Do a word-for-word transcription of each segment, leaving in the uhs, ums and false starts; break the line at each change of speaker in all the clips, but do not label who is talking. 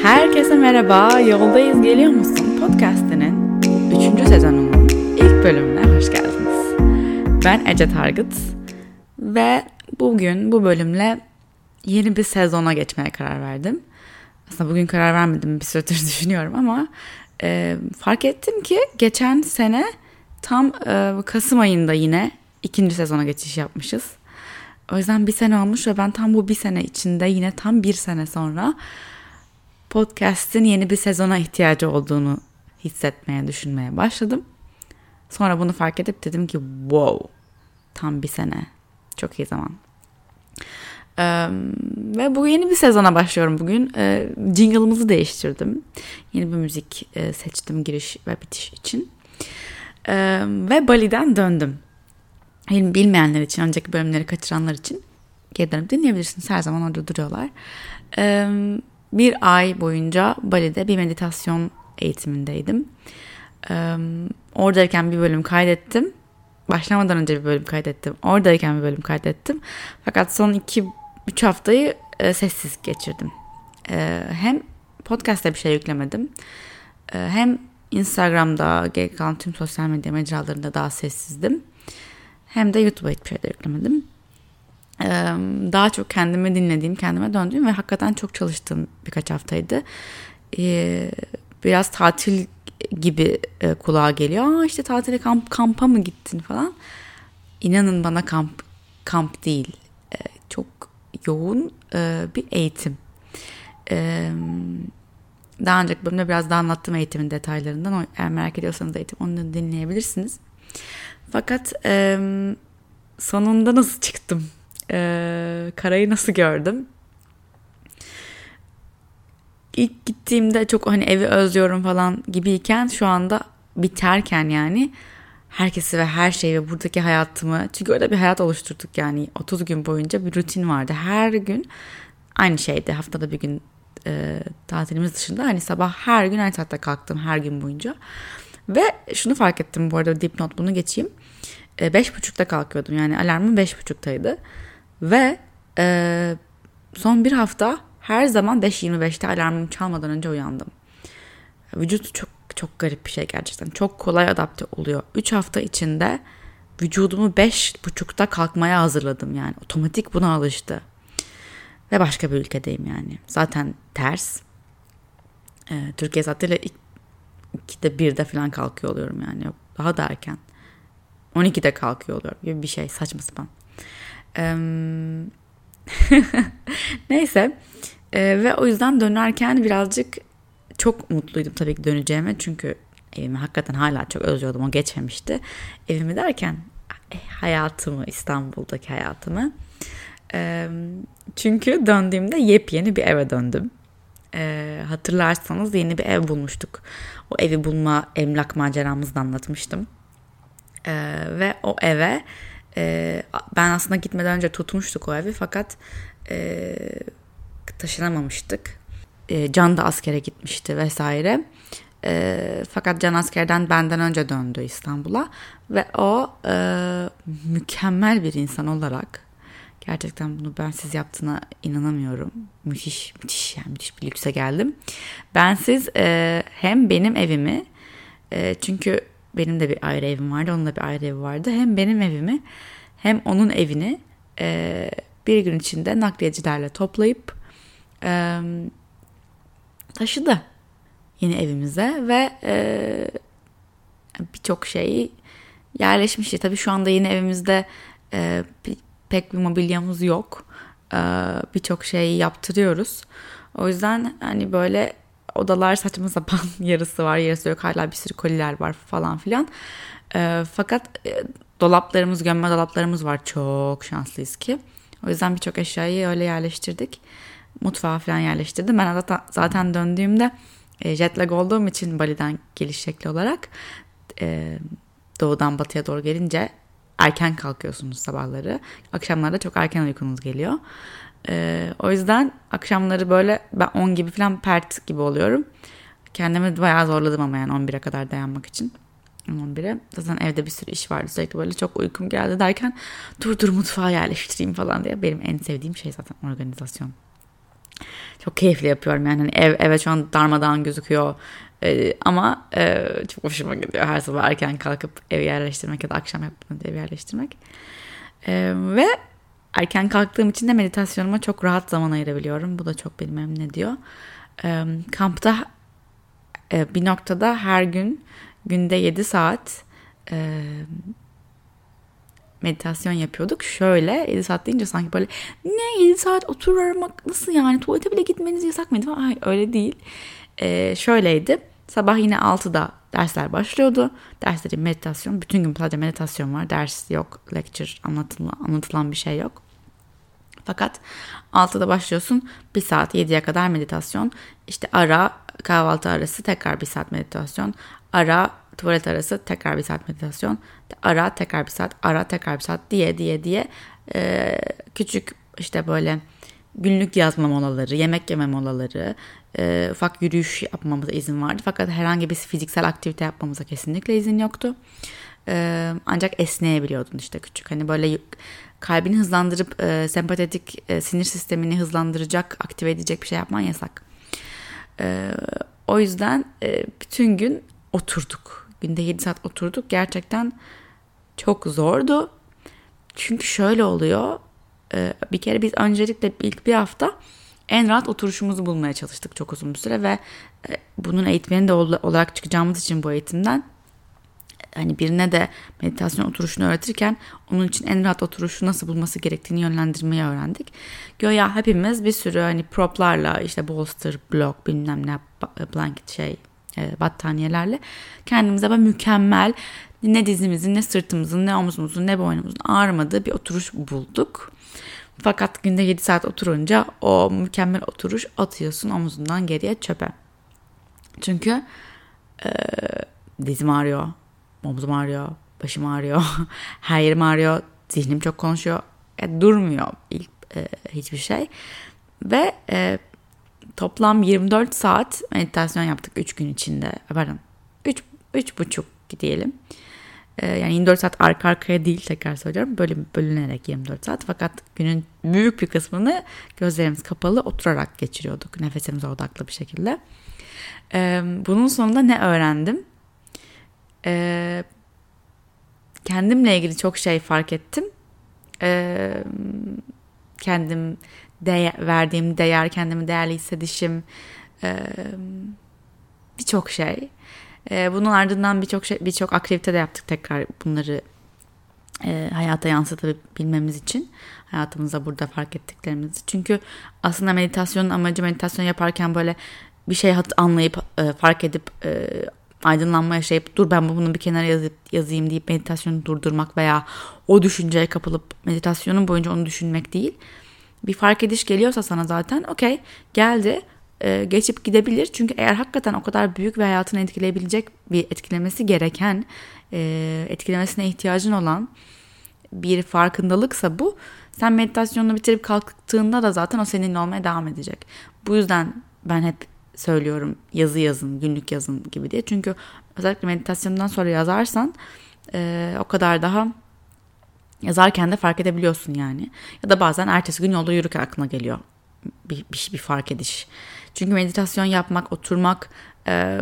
Herkese merhaba, Yoldayız Geliyor Musun podcast'inin üçüncü sezonunun ilk bölümüne hoş geldiniz. Ben Ece Targıt ve bugün bu bölümle yeni bir sezona geçmeye karar verdim. Aslında bugün karar vermedim, bir süredir düşünüyorum ama e, fark ettim ki geçen sene tam e, Kasım ayında yine ikinci sezona geçiş yapmışız. O yüzden bir sene olmuş ve ben tam bu bir sene içinde yine tam bir sene sonra podcast'in yeni bir sezona ihtiyacı olduğunu hissetmeye, düşünmeye başladım. Sonra bunu fark edip dedim ki wow, tam bir sene. Çok iyi zaman. Ee, ve bu yeni bir sezona başlıyorum bugün. Ee, jingle'ımızı değiştirdim. Yeni bir müzik e, seçtim giriş ve bitiş için. Ee, ve Bali'den döndüm. Bilmeyenler için, önceki bölümleri kaçıranlar için geri dönüp dinleyebilirsiniz. Her zaman orada duruyorlar. Ee, bir ay boyunca Bali'de bir meditasyon eğitimindeydim. Ee, oradayken bir bölüm kaydettim. Başlamadan önce bir bölüm kaydettim. Oradayken bir bölüm kaydettim. Fakat son iki üç haftayı e, sessiz geçirdim. E, hem podcast'ta bir şey yüklemedim. E, hem Instagram'da, geri kalan tüm sosyal medya mecralarında daha sessizdim. Hem de YouTube'a hiçbir şey de yüklemedim. Ee, daha çok kendimi dinlediğim, kendime döndüğüm ve hakikaten çok çalıştığım birkaç haftaydı. Ee, biraz tatil gibi e, kulağa geliyor. Aa işte tatile kamp, kampa mı gittin falan. İnanın bana kamp kamp değil. Ee, çok yoğun e, bir eğitim. Ee, daha önceki bölümde biraz daha anlattım eğitimin detaylarından. Eğer merak ediyorsanız eğitim onu dinleyebilirsiniz. Fakat e, sonunda nasıl çıktım? E, karayı nasıl gördüm? İlk gittiğimde çok hani evi özlüyorum falan gibiyken şu anda biterken yani herkesi ve her şeyi ve buradaki hayatımı, çünkü öyle bir hayat oluşturduk yani otuz gün boyunca bir rutin vardı. Her gün aynı şeydi. Haftada bir gün e, tatilimiz dışında hani sabah her gün aynı saatte kalktım her gün boyunca. Ve şunu fark ettim, bu arada dipnot bunu geçeyim. E, beş buçukta kalkıyordum, yani alarmım beş buçuktaydı. Ve e, son bir hafta her zaman beş yirmi beşte alarmım çalmadan önce uyandım. Vücut çok çok garip bir şey gerçekten. Çok kolay adapte oluyor. üç hafta içinde vücudumu beş buçukta kalkmaya hazırladım yani. Otomatik buna alıştı. Ve başka bir ülkedeyim yani. Zaten ters. E, Türkiye saatiyle ikide birde falan kalkıyor oluyorum yani. Yok, daha da erken. on ikide kalkıyor oluyorum gibi bir şey, saçma sapan. Ee, Neyse. Ee, ve o yüzden dönerken birazcık çok mutluydum tabii ki döneceğime. Çünkü evimi hakikaten hala çok özlüyordum. O geçmemişti. Evimi derken hayatımı, İstanbul'daki hayatımı. Ee, çünkü döndüğümde yepyeni bir eve döndüm. Ee, hatırlarsanız yeni bir ev bulmuştuk. O evi bulma emlak maceramızı da anlatmıştım. Ee, ve o eve e, ben aslında gitmeden önce tutmuştuk o evi, fakat e, taşınamamıştık. E, Can da askere gitmişti vesaire. E, fakat Can askerden benden önce döndü İstanbul'a ve o e, mükemmel bir insan olarak, gerçekten bunu bensiz yaptığına inanamıyorum. Müthiş, müthiş yani müthiş bir lükse geldim. Bensiz e, hem benim evimi, e, çünkü benim de bir ayrı evim vardı, onun da bir ayrı evi vardı. Hem benim evimi hem onun evini e, bir gün içinde nakliyecilerle toplayıp e, taşıdı yeni evimize ve e, birçok şey yerleşmişti. Tabii şu anda yeni evimizde e, bir, pek bir mobilyamız yok. E, birçok şeyi yaptırıyoruz. O yüzden hani böyle odalar saçma sapan, yarısı var yarısı yok, hala bir sürü koliler var falan filan. E, fakat e, dolaplarımız, gömme dolaplarımız var, çok şanslıyız ki. O yüzden birçok eşyayı öyle yerleştirdik. Mutfağa falan yerleştirdim. Ben zaten, zaten döndüğümde e, jet lag olduğum için Bali'den geliş şekli olarak e, doğudan batıya doğru gelince erken kalkıyorsunuz sabahları. Akşamlarda çok erken uykunuz geliyor. Ee, o yüzden akşamları böyle ben on gibi falan pert gibi oluyorum. Kendimi bayağı zorladım ama yani on bire kadar dayanmak için. on bire. Zaten evde bir sürü iş vardı. Sürekli böyle çok uykum geldi derken dur dur mutfağa yerleştireyim falan diye. Benim en sevdiğim şey zaten organizasyon. Çok keyifli yapıyorum yani. Hani ev evet şu an darmadağın gözüküyor. Ee, ama e, çok hoşuma gidiyor her sabah erken kalkıp evi yerleştirmek ya da akşam yaptığımda evi yerleştirmek. Ee, ve erken kalktığım için de meditasyonuma çok rahat zaman ayırabiliyorum. Bu da çok beni memnun ediyor. Ee, kampta e, bir noktada her gün günde yedi saat e, meditasyon yapıyorduk. Şöyle yedi saat deyince sanki böyle ne yedi saat oturmak nasıl yani, tuvalete bile gitmeniz yasak mıydı? Ay, öyle değil. Ee, şöyleydi. Sabah yine altıda dersler başlıyordu. Derslerin meditasyon. Bütün gün sadece meditasyon var. Ders yok. Lecture anlatılan, anlatılan bir şey yok. Fakat altıda başlıyorsun. Bir saat yediye kadar meditasyon. İşte ara kahvaltı arası tekrar bir saat meditasyon. Ara tuvalet arası tekrar bir saat meditasyon. Ara tekrar bir saat. Ara tekrar bir saat diye diye diye e, küçük işte böyle günlük yazma molaları, yemek yeme molaları, e, ufak yürüyüş yapmamıza izin vardı. Fakat herhangi bir fiziksel aktivite yapmamıza kesinlikle izin yoktu. E, ancak esneyebiliyordun işte küçük. Hani böyle kalbini hızlandırıp e, sempatetik e, sinir sistemini hızlandıracak, aktive edecek bir şey yapman yasak. E, o yüzden e, bütün gün oturduk. Günde yedi saat oturduk. Gerçekten çok zordu. Çünkü şöyle oluyor. Bir kere biz öncelikle ilk bir hafta en rahat oturuşumuzu bulmaya çalıştık çok uzun bir süre ve bunun eğitmeni de olarak çıkacağımız için bu eğitimden hani birine de meditasyon oturuşunu öğretirken onun için en rahat oturuşu nasıl bulması gerektiğini yönlendirmeyi öğrendik. Göya hepimiz bir sürü hani proplarla işte bolster, block, bilmem ne, blanket şey, battaniyelerle kendimize böyle mükemmel, ne dizimizin, ne sırtımızın, ne omuzumuzun, ne boynumuzun ağrımadığı bir oturuş bulduk. Fakat günde yedi saat oturunca o mükemmel oturuş atıyorsun omuzundan geriye çöpe. Çünkü e, dizim ağrıyor, omuzum ağrıyor, başım ağrıyor, her yerim ağrıyor, zihnim çok konuşuyor. E, durmuyor ilk e, hiçbir şey. Ve e, toplam yirmi dört saat meditasyon yaptık üç gün içinde. Pardon, üç buçuk diyelim. Yani yirmi dört saat arka arkaya değil, tekrar söylüyorum. Böyle bölünerek yirmi dört saat. Fakat günün büyük bir kısmını gözlerimiz kapalı oturarak geçiriyorduk. Nefesimize odaklı bir şekilde. Bunun sonunda ne öğrendim? Kendimle ilgili çok şey fark ettim. Kendim değer, verdiğim değer, kendimi değerli hissedişim, birçok şey. Bunun ardından birçok şey, birçok aktivite de yaptık tekrar bunları e, hayata yansıtabilmemiz için, hayatımıza burada fark ettiklerimizi. Çünkü aslında meditasyonun amacı, meditasyon yaparken böyle bir şey anlayıp e, fark edip e, aydınlanma yaşayıp dur ben bunu bir kenara yazıp yazayım deyip meditasyonu durdurmak veya o düşünceye kapılıp meditasyonun boyunca onu düşünmek değil. Bir fark ediş geliyorsa sana zaten okey geldi. Ee, geçip gidebilir. Çünkü eğer hakikaten o kadar büyük ve hayatını etkileyebilecek bir etkilemesi gereken, e, etkilemesine ihtiyacın olan bir farkındalıksa bu, sen meditasyonunu bitirip kalktığında da zaten o seninle olmaya devam edecek. Bu yüzden ben hep söylüyorum yazı yazın, günlük yazın gibi diye. Çünkü özellikle meditasyondan sonra yazarsan e, o kadar daha yazarken de fark edebiliyorsun yani. Ya da bazen ertesi gün yolda yürürken aklına geliyor bir, bir, bir fark ediş. Çünkü meditasyon yapmak, oturmak e,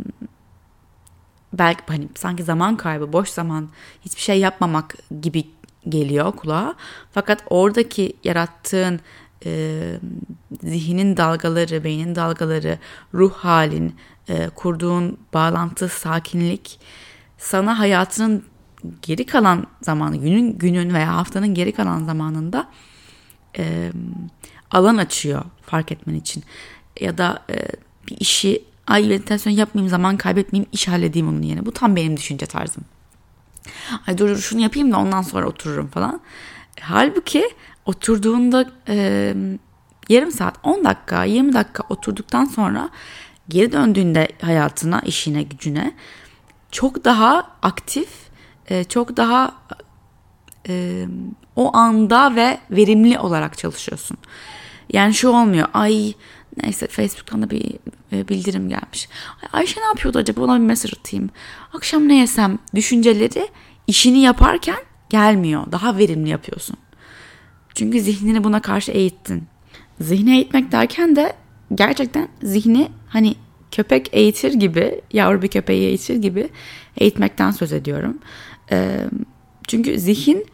belki hani sanki zaman kaybı, boş zaman, hiçbir şey yapmamak gibi geliyor kulağa. Fakat oradaki yarattığın e, zihnin dalgaları, beynin dalgaları, ruh halin, e, kurduğun bağlantı, sakinlik sana hayatının geri kalan zamanı, günün günün veya haftanın geri kalan zamanında e, alan açıyor fark etmen için. Ya da e, bir işi, ay meditasyon yapmayayım, zaman kaybetmeyeyim, iş halledeyim onun yerine. Bu tam benim düşünce tarzım. Ay dur şunu yapayım da ondan sonra otururum falan. Halbuki oturduğunda e, yarım saat, on dakika, yirmi dakika oturduktan sonra geri döndüğünde hayatına, işine, gücüne çok daha aktif, e, çok daha e, o anda ve verimli olarak çalışıyorsun. Yani şu olmuyor. Ay neyse Facebook'tan da bir bildirim gelmiş. Ay, Ayşe ne yapıyordu acaba? Ona bir mesaj atayım. Akşam ne yesem düşünceleri işini yaparken gelmiyor. Daha verimli yapıyorsun. Çünkü zihnini buna karşı eğittin. zihni eğitmek derken de gerçekten zihni hani köpek eğitir gibi, yavru bir köpeği eğitir gibi eğitmekten söz ediyorum. Ee, çünkü zihin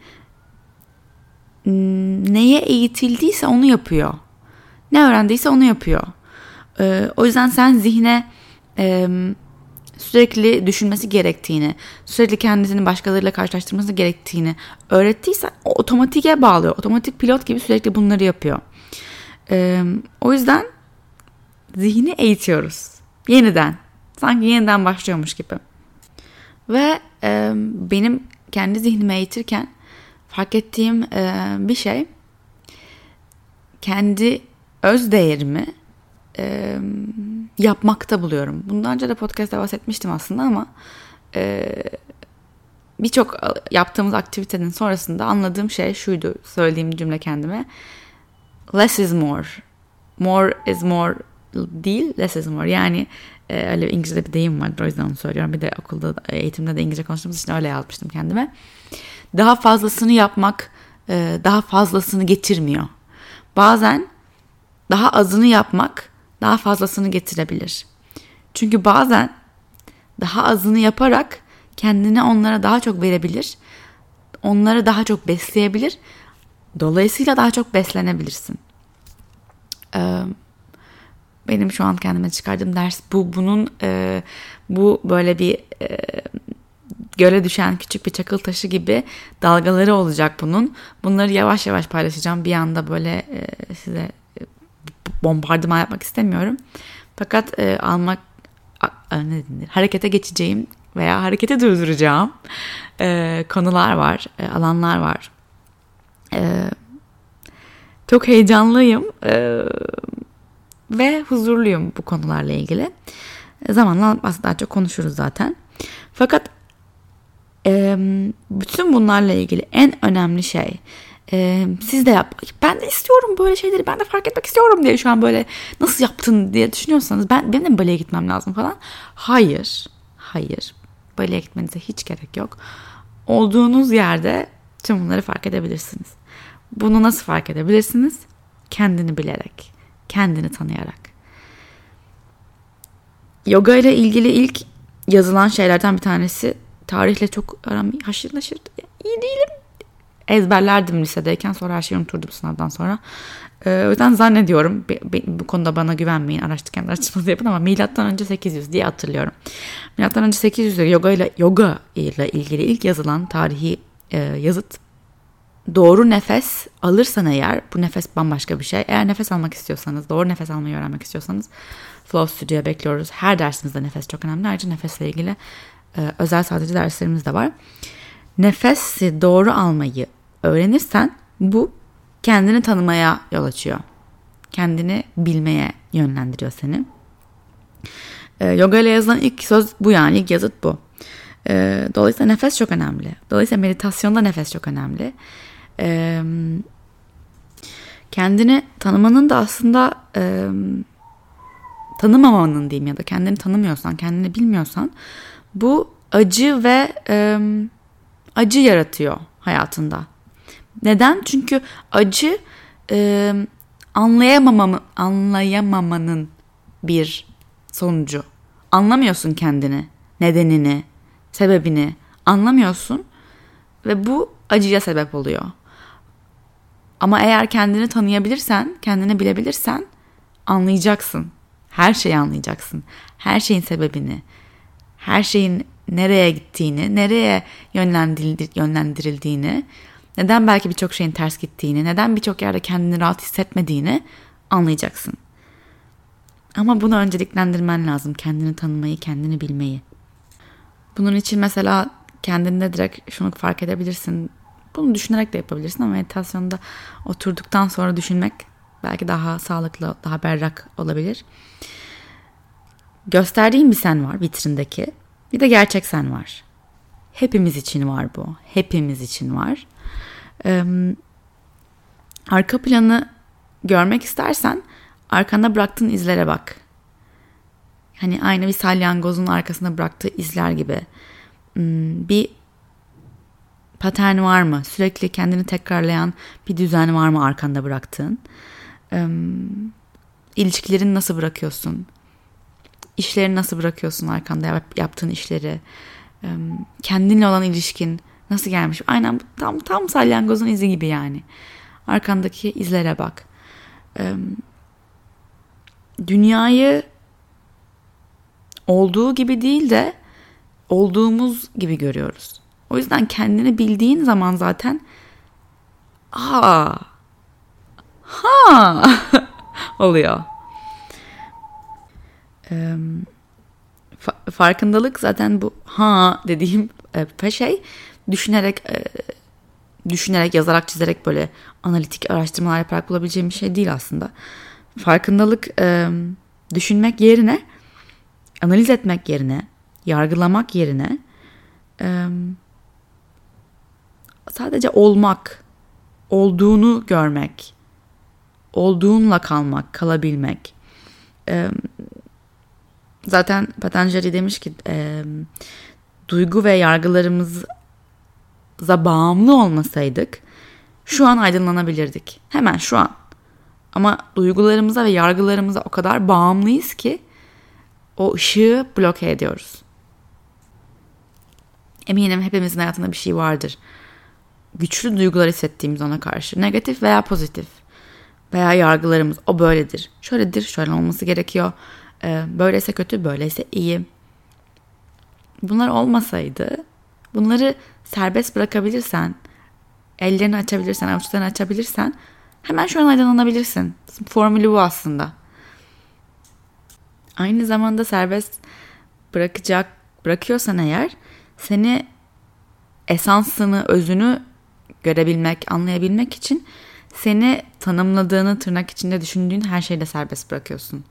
neye eğitildiyse onu yapıyor. Ne öğrendiyse onu yapıyor. Ee, o yüzden sen zihne e, sürekli düşünmesi gerektiğini, sürekli kendisini başkalarıyla karşılaştırması gerektiğini öğrettiysen o otomatiğe bağlıyor. Otomatik pilot gibi sürekli bunları yapıyor. Ee, o yüzden zihni eğitiyoruz. Yeniden. Sanki yeniden başlıyormuş gibi. Ve e, benim kendi zihnimi eğitirken fark ettiğim e, bir şey, kendi öz değerimi e, yapmakta buluyorum. Bundan önce de podcast'ta bahsetmiştim aslında ama e, birçok yaptığımız aktivitenin sonrasında anladığım şey şuydu, söylediğim cümle kendime: less is more. More is more değil, less is more. Yani e, öyle İngilizce'de bir deyim var, o yüzden onu söylüyorum. Bir de okulda, eğitimde de İngilizce konuştuğumuz için öyle yazmıştım kendime. Daha fazlasını yapmak e, daha fazlasını getirmiyor. Bazen daha azını yapmak daha fazlasını getirebilir. Çünkü bazen daha azını yaparak kendini onlara daha çok verebilir, onları daha çok besleyebilir, dolayısıyla daha çok beslenebilirsin. Ee, benim şu an kendime çıkardığım ders bu. Bunun e, bu böyle bir e, göle düşen küçük bir çakıl taşı gibi dalgaları olacak bunun. Bunları yavaş yavaş paylaşacağım. Bir anda böyle e, size bombardıman yapmak istemiyorum. Fakat e, almak a, ne denir? harekete geçeceğim veya harekete durduracağım e, konular var, e, alanlar var. E, çok heyecanlıyım e, ve huzurluyum bu konularla ilgili. E, zamanla daha çok konuşuruz zaten. Fakat e, bütün bunlarla ilgili en önemli şey, Ee, siz de yap. Ben de istiyorum böyle şeyleri. Ben de fark etmek istiyorum diye şu an böyle nasıl yaptın diye düşünüyorsanız, ben benim de mi baleye gitmem lazım falan. Hayır. Hayır. Baleye gitmenize hiç gerek yok. Olduğunuz yerde tüm bunları fark edebilirsiniz. Bunu nasıl fark edebilirsiniz? Kendini bilerek. Kendini tanıyarak. Yoga ile ilgili ilk yazılan şeylerden bir tanesi, tarihle çok aram haşır neşir iyi değilim. Ezberlerdim lisedeyken, sonra her şeyi unuturdum sınavdan sonra. Ee, o yüzden zannediyorum, be, be, bu konuda bana güvenmeyin, araştırırken araştırması yapın, ama milattan önce sekiz yüz diye hatırlıyorum. Milattan önce sekiz yüzde yoga ile yoga ile ilgili ilk yazılan tarihi e, yazıt. Doğru nefes alırsan eğer, bu nefes bambaşka bir şey. Eğer nefes almak istiyorsanız, doğru nefes almayı öğrenmek istiyorsanız Flow Studio'ya bekliyoruz. Her dersimizde nefes çok önemli. Ayrıca nefesle ilgili e, özel sadece derslerimiz de var. Nefesi doğru almayı öğrenirsen bu kendini tanımaya yol açıyor. Kendini bilmeye yönlendiriyor seni. Ee, yoga ile yazılan ilk söz bu, yani ilk yazıt bu. Ee, dolayısıyla nefes çok önemli. Dolayısıyla meditasyonda nefes çok önemli. Ee, kendini tanımanın da aslında e, tanımamanın diyeyim, ya da kendini tanımıyorsan, kendini bilmiyorsan bu acı ve e, acı yaratıyor hayatında. Neden? Çünkü acı e, anlayamamamı, anlayamamanın bir sonucu. Anlamıyorsun kendini, nedenini, sebebini anlamıyorsun ve bu acıya sebep oluyor. Ama eğer kendini tanıyabilirsen, kendini bilebilirsen anlayacaksın. Her şeyi anlayacaksın. Her şeyin sebebini, her şeyin nereye gittiğini, nereye yönlendirildiğini, neden belki birçok şeyin ters gittiğini, neden birçok yerde kendini rahat hissetmediğini anlayacaksın. Ama bunu önceliklendirmen lazım. Kendini tanımayı, kendini bilmeyi. Bunun için mesela kendinde direkt şunu fark edebilirsin. Bunu düşünerek de yapabilirsin ama meditasyonda oturduktan sonra düşünmek belki daha sağlıklı, daha berrak olabilir. Gösterdiğin bir sen var vitrindeki. Bir de gerçek sen var. Hepimiz için var bu. Hepimiz için var. Ee, arka planı görmek istersen arkanda bıraktığın izlere bak. Hani aynı bir salyangozun arkasında bıraktığı izler gibi. Hmm, bir patern var mı? Sürekli kendini tekrarlayan bir düzen var mı arkanda bıraktığın? Ee, ilişkilerini nasıl bırakıyorsun? İşlerini nasıl bırakıyorsun arkanda yap, yaptığın işleri? Ee, kendinle olan ilişkin nasıl gelmiş? Aynen tam tam salyangozun izi gibi yani. Arkandaki izlere bak. Ee, dünyayı olduğu gibi değil de olduğumuz gibi görüyoruz. O yüzden kendini bildiğin zaman zaten ha ha oluyor. Ee, fa- farkındalık zaten bu ha dediğim e, şey düşünerek e, düşünerek, yazarak, çizerek böyle analitik araştırmalar yaparak bulabileceğim bir şey değil aslında. Farkındalık e, düşünmek yerine, analiz etmek yerine, yargılamak yerine e, sadece olmak, olduğunu görmek, olduğunla kalmak, kalabilmek. E, zaten Patanjali demiş ki e, duygu ve yargılarımıza bağımlı olmasaydık şu an aydınlanabilirdik. Hemen şu an. Ama duygularımıza ve yargılarımıza o kadar bağımlıyız ki o ışığı bloke ediyoruz. Eminim hepimizin hayatında bir şey vardır. Güçlü duygular hissettiğimiz ona karşı. Negatif veya pozitif. Veya yargılarımız o böyledir. Şöyledir, şöyle olması gerekiyor. Ee, böyleyse kötü, böyleyse iyi. Bunlar olmasaydı, bunları serbest bırakabilirsen, ellerini açabilirsen, avuçlarını açabilirsen hemen şu an aydınlanabilirsin. Formülü bu aslında. Aynı zamanda serbest bırakacak, bırakıyorsan eğer seni esansını, özünü görebilmek, anlayabilmek için seni tanımladığını, tırnak içinde düşündüğün her şeyi de serbest bırakıyorsun.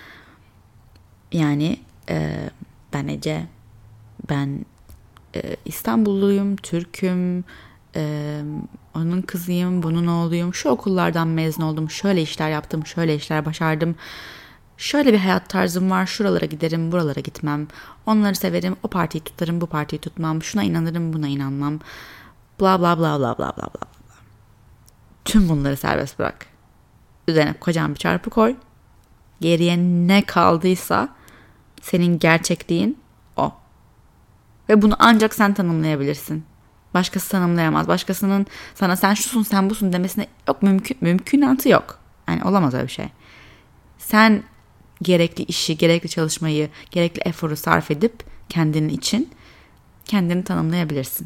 Yani e, ben Ece, ben e, İstanbulluyum, Türk'üm, e, onun kızıyım, bunun oğluyum, şu okullardan mezun oldum, şöyle işler yaptım, şöyle işler başardım, şöyle bir hayat tarzım var, şuralara giderim, buralara gitmem, onları severim, o partiyi tutarım, bu partiyi tutmam, şuna inanırım, buna inanmam, bla bla bla bla bla bla bla. Tüm bunları serbest bırak. Üzerine kocaman bir çarpı koy. Geriye ne kaldıysa senin gerçekliğin o. Ve bunu ancak sen tanımlayabilirsin. Başkası tanımlayamaz. Başkasının sana sen şusun sen busun demesine yok, mümkün, mümkünatı yok. Yani olamaz öyle bir şey. Sen gerekli işi, gerekli çalışmayı, gerekli eforu sarf edip kendinin için kendini tanımlayabilirsin.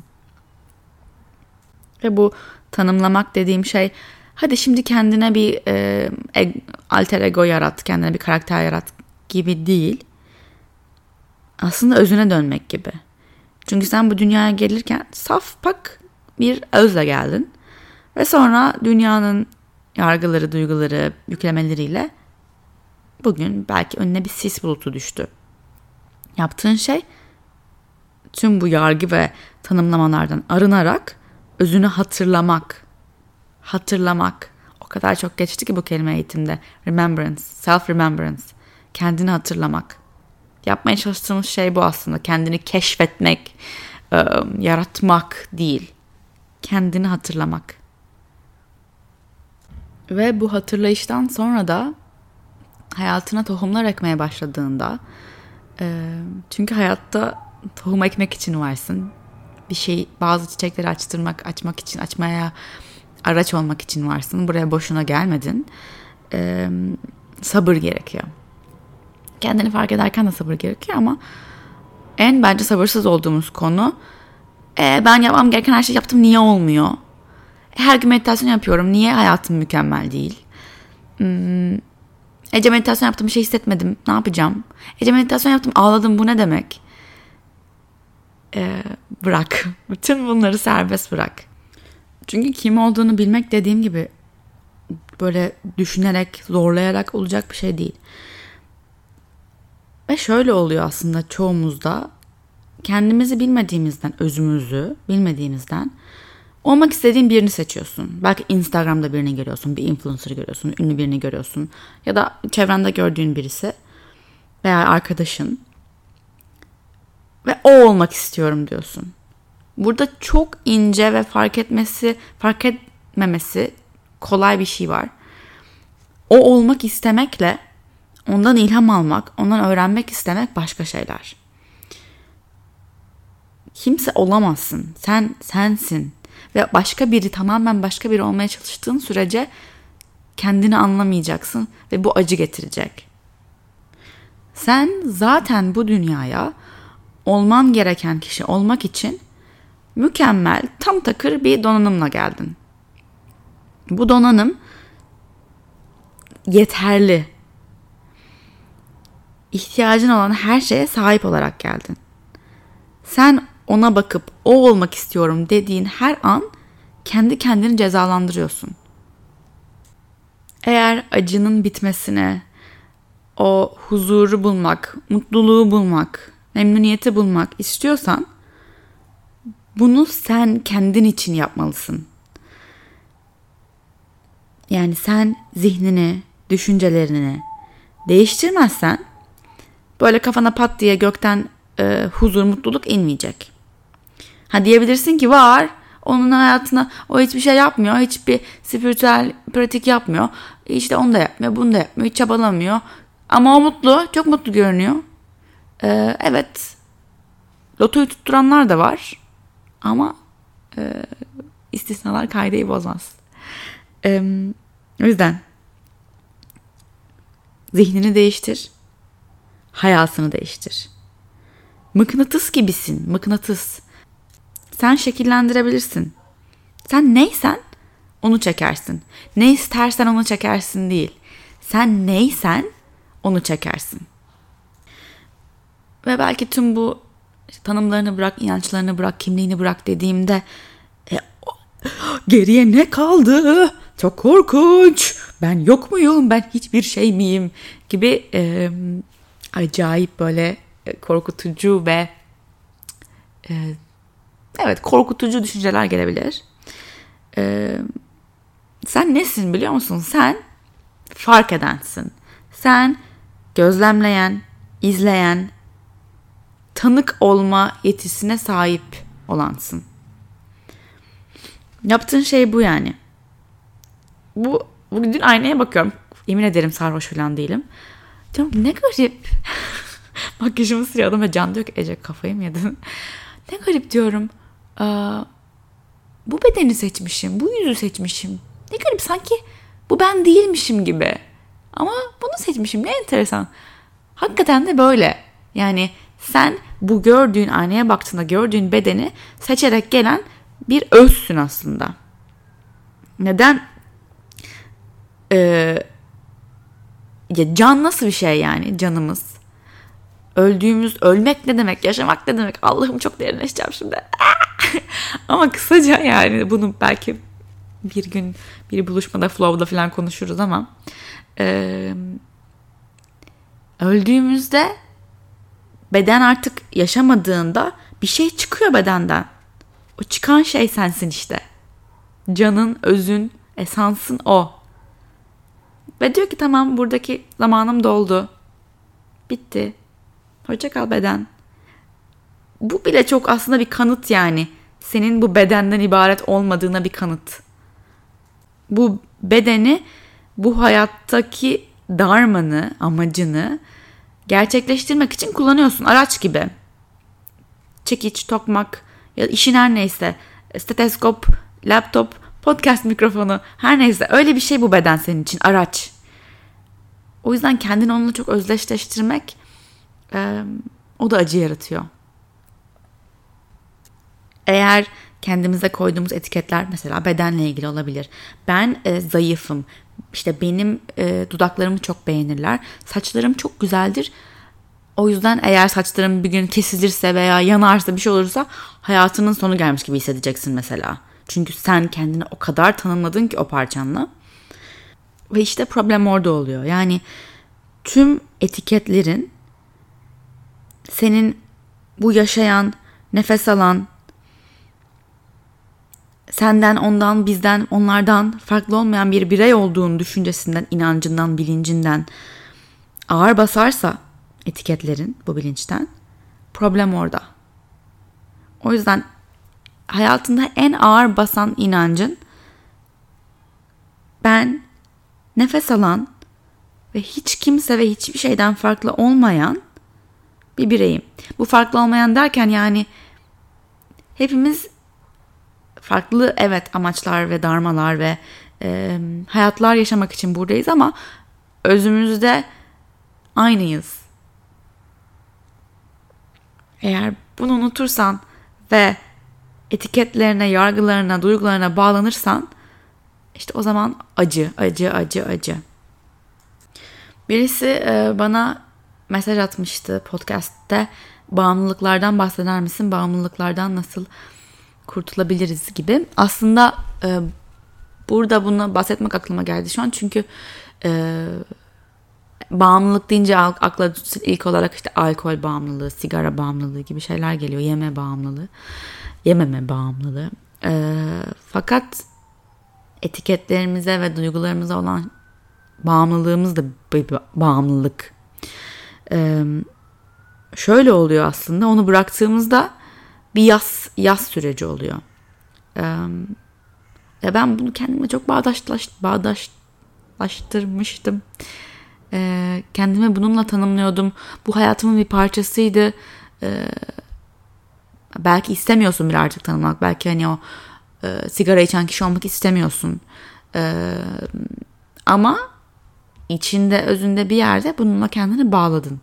Ve bu tanımlamak dediğim şey, hadi şimdi kendine bir e, e, alter ego yarat, kendine bir karakter yarat gibi değil. Aslında özüne dönmek gibi. Çünkü sen bu dünyaya gelirken saf pak bir özle geldin. Ve sonra dünyanın yargıları, duyguları, yüklemeleriyle bugün belki önüne bir sis bulutu düştü. Yaptığın şey tüm bu yargı ve tanımlamalardan arınarak özünü hatırlamak. Hatırlamak. O kadar çok geçti ki bu kelime eğitimde. Remembrance, self-remembrance. Kendini hatırlamak. Yapmaya çalıştığımız şey bu aslında. Kendini keşfetmek, ıı, yaratmak değil. Kendini hatırlamak. Ve bu hatırlayıştan sonra da hayatına tohumlar ekmeye başladığında, e, çünkü hayatta tohum ekmek için varsın. Bir şey, bazı çiçekleri açtırmak, açmak için, açmaya araç olmak için varsın. Buraya boşuna gelmedin. Ee, sabır gerekiyor. Kendini fark ederken de sabır gerekiyor ama en bence sabırsız olduğumuz konu e, ben yapmam gereken her şeyi yaptım, niye olmuyor? Her gün meditasyon yapıyorum, niye hayatım mükemmel değil? Hmm, Ece meditasyon yaptım, bir şey hissetmedim, ne yapacağım? Ece meditasyon yaptım, ağladım, bu ne demek? Ee, bırak. Bütün bunları serbest bırak. Çünkü kim olduğunu bilmek dediğim gibi böyle düşünerek, zorlayarak olacak bir şey değil. Ve şöyle oluyor aslında çoğumuzda, kendimizi bilmediğimizden, özümüzü bilmediğimizden olmak istediğin birini seçiyorsun. Belki Instagram'da birini görüyorsun, bir influencer görüyorsun, ünlü birini görüyorsun ya da çevrende gördüğün birisi veya arkadaşın ve o olmak istiyorum diyorsun. Burada çok ince ve fark etmesi, fark etmemesi kolay bir şey var. o olmak istemekle ondan ilham almak, ondan öğrenmek istemek başka şeyler. Kimse olamazsın. Sen sensin. Ve başka biri, tamamen başka biri olmaya çalıştığın sürece kendini anlamayacaksın ve bu acı getirecek. Sen zaten bu dünyaya olman gereken kişi olmak için mükemmel, tam takır bir donanımla geldin. Bu donanım yeterli. İhtiyacın olan her şeye sahip olarak geldin. Sen ona bakıp o olmak istiyorum dediğin her an kendi kendini cezalandırıyorsun. Eğer acının bitmesine, o huzuru bulmak, mutluluğu bulmak, memnuniyeti bulmak istiyorsan bunu sen kendin için yapmalısın. Yani sen zihnini, düşüncelerini değiştirmezsen böyle kafana pat diye gökten e, huzur, mutluluk inmeyecek. Ha diyebilirsin ki var, onun hayatına o hiçbir şey yapmıyor, hiçbir spiritüel pratik yapmıyor. İşte onu da yapmıyor, bunu da yapmıyor, hiç çabalamıyor. Ama o mutlu, çok mutlu görünüyor. Ee, evet, lotoyu tutturanlar da var. Ama e, istisnalar kaideyi bozmaz. E, o yüzden zihnini değiştir, hayatını değiştir. Mıknatıs gibisin, mıknatıs. Sen şekillendirebilirsin. Sen neysen onu çekersin. Ne istersen onu çekersin değil. Sen neysen onu çekersin. Ve belki tüm bu işte tanımlarını bırak, inançlarını bırak, kimliğini bırak dediğimde e, geriye ne kaldı? Çok korkunç. Ben yok muyum? Ben hiçbir şey miyim? Gibi e, acayip böyle korkutucu ve e, evet korkutucu düşünceler gelebilir. E, sen nesin biliyor musun? Sen fark edensin. Sen gözlemleyen, izleyen, tanık olma yetisine sahip olansın. Yaptığın şey bu yani. Bu bugün aynaya bakıyorum. Yemin ederim sarhoş falan değilim. Diyorum ne garip. Makyajımı sürüyordum ve Can diyor ki Ece kafayı mı yedin? Ne garip diyorum. Aa, bu bedeni seçmişim. Bu yüzü seçmişim. Ne garip sanki bu ben değilmişim gibi. Ama bunu seçmişim. Ne enteresan. Hakikaten de böyle. Yani sen bu gördüğün aynaya baktığında gördüğün bedeni seçerek gelen bir özsün aslında. Neden? Ee, ya can nasıl bir şey yani canımız? Öldüğümüz, ölmek ne demek? Yaşamak ne demek? Allah'ım çok derinleşeceğim şimdi. Ama kısaca yani bunu belki bir gün bir buluşmada flow'da falan konuşuruz ama e, öldüğümüzde beden artık yaşamadığında bir şey çıkıyor bedenden. O çıkan şey sensin işte. Canın, özün, esansın o. Ve diyor ki tamam buradaki zamanım doldu. Bitti. Hoşça kal beden. Bu bile çok aslında bir kanıt yani. Senin bu bedenden ibaret olmadığına bir kanıt. Bu bedeni, bu hayattaki dharmanı, amacını gerçekleştirmek için kullanıyorsun. Araç gibi. Çekiç, tokmak ya işin her neyse. Steteskop, laptop, podcast mikrofonu her neyse. Öyle bir şey bu beden senin için. Araç. O yüzden kendini onunla çok özdeşleştirmek e, o da acı yaratıyor. Eğer kendimize koyduğumuz etiketler mesela bedenle ilgili olabilir. Ben e, zayıfım. İşte benim e, dudaklarımı çok beğenirler. Saçlarım çok güzeldir. O yüzden eğer saçlarım bir gün kesilirse veya yanarsa bir şey olursa hayatının sonu gelmiş gibi hissedeceksin mesela. Çünkü sen kendini o kadar tanımladın ki o parçanla. Ve işte problem orada oluyor. Yani tüm etiketlerin senin bu yaşayan, nefes alan, senden, ondan, bizden, onlardan farklı olmayan bir birey olduğun düşüncesinden, inancından, bilincinden ağır basarsa etiketlerin bu bilinçten problem orada. O yüzden hayatında en ağır basan inancın ben nefes alan, ve hiç kimse ve hiçbir şeyden farklı olmayan bir bireyim. Bu farklı olmayan derken yani hepimiz farklı evet amaçlar ve darmalar ve e, hayatlar yaşamak için buradayız ama özümüzde aynıyız. Eğer bunu unutursan ve etiketlerine, yargılarına, duygularına bağlanırsan işte o zaman acı, acı, acı, acı. Birisi e, bana mesaj atmıştı podcast'te. Bağımlılıklardan bahseder misin? Bağımlılıklardan nasıl kurtulabiliriz gibi. Aslında e, burada bunu bahsetmek aklıma geldi şu an. Çünkü e, bağımlılık deyince akla ilk olarak işte alkol bağımlılığı, sigara bağımlılığı gibi şeyler geliyor. Yeme bağımlılığı, yememe bağımlılığı. E, fakat etiketlerimize ve duygularımıza olan bağımlılığımız da bir bağımlılık. Ee, şöyle oluyor aslında, onu bıraktığımızda bir yas yas süreci oluyor. Ee, ya ben bunu kendime çok bağdaşlaş, bağdaşlaştırmıştım. Ee, kendimi bununla tanımlıyordum. Bu hayatımın bir parçasıydı. Ee, belki istemiyorsun bile artık tanımlamak. Belki hani o e, sigara içen kişi olmak istemiyorsun. Ee, ama içinde, özünde bir yerde bununla kendini bağladın.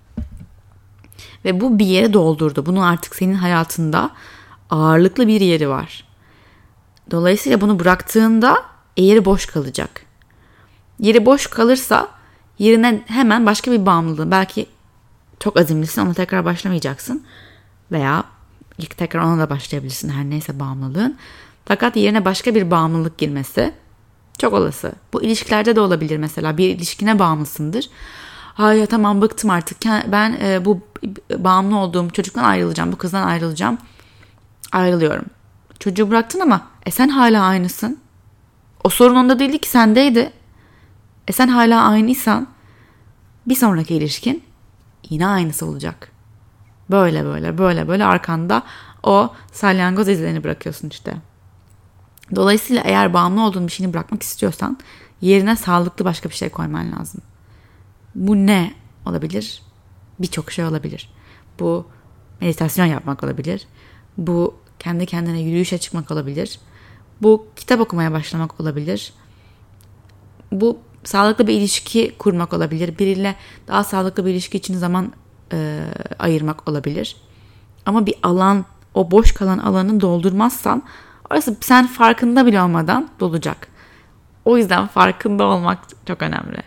Ve bu bir yere doldurdu. Bunun artık senin hayatında ağırlıklı bir yeri var. Dolayısıyla bunu bıraktığında yeri boş kalacak. Yeri boş kalırsa yerine hemen başka bir bağımlılığı, belki çok azimlisin ona tekrar başlamayacaksın. Veya ilk tekrar ona da başlayabilirsin, her neyse bağımlılığın. Fakat yerine başka bir bağımlılık girmesi çok olası. Bu ilişkilerde de olabilir mesela. Bir ilişkine bağımlısındır. Hayır tamam bıktım artık. Ben e, bu bağımlı olduğum çocuktan ayrılacağım. Bu kızdan ayrılacağım. Ayrılıyorum. Çocuğu bıraktın ama e sen hala aynısın. O sorun onda değildi ki, sendeydi. E sen hala aynıysan bir sonraki ilişkin yine aynısı olacak. Böyle böyle böyle böyle arkanda o salyangoz izlerini bırakıyorsun işte. Dolayısıyla eğer bağımlı olduğun bir şeyini bırakmak istiyorsan yerine sağlıklı başka bir şey koyman lazım. Bu ne olabilir? Birçok şey olabilir. Bu meditasyon yapmak olabilir. Bu kendi kendine yürüyüşe çıkmak olabilir. Bu kitap okumaya başlamak olabilir. Bu sağlıklı bir ilişki kurmak olabilir. Biriyle daha sağlıklı bir ilişki için zaman e, ayırmak olabilir. Ama bir alan, o boş kalan alanı doldurmazsan orası sen farkında bile olmadan dolacak. O yüzden farkında olmak çok önemli.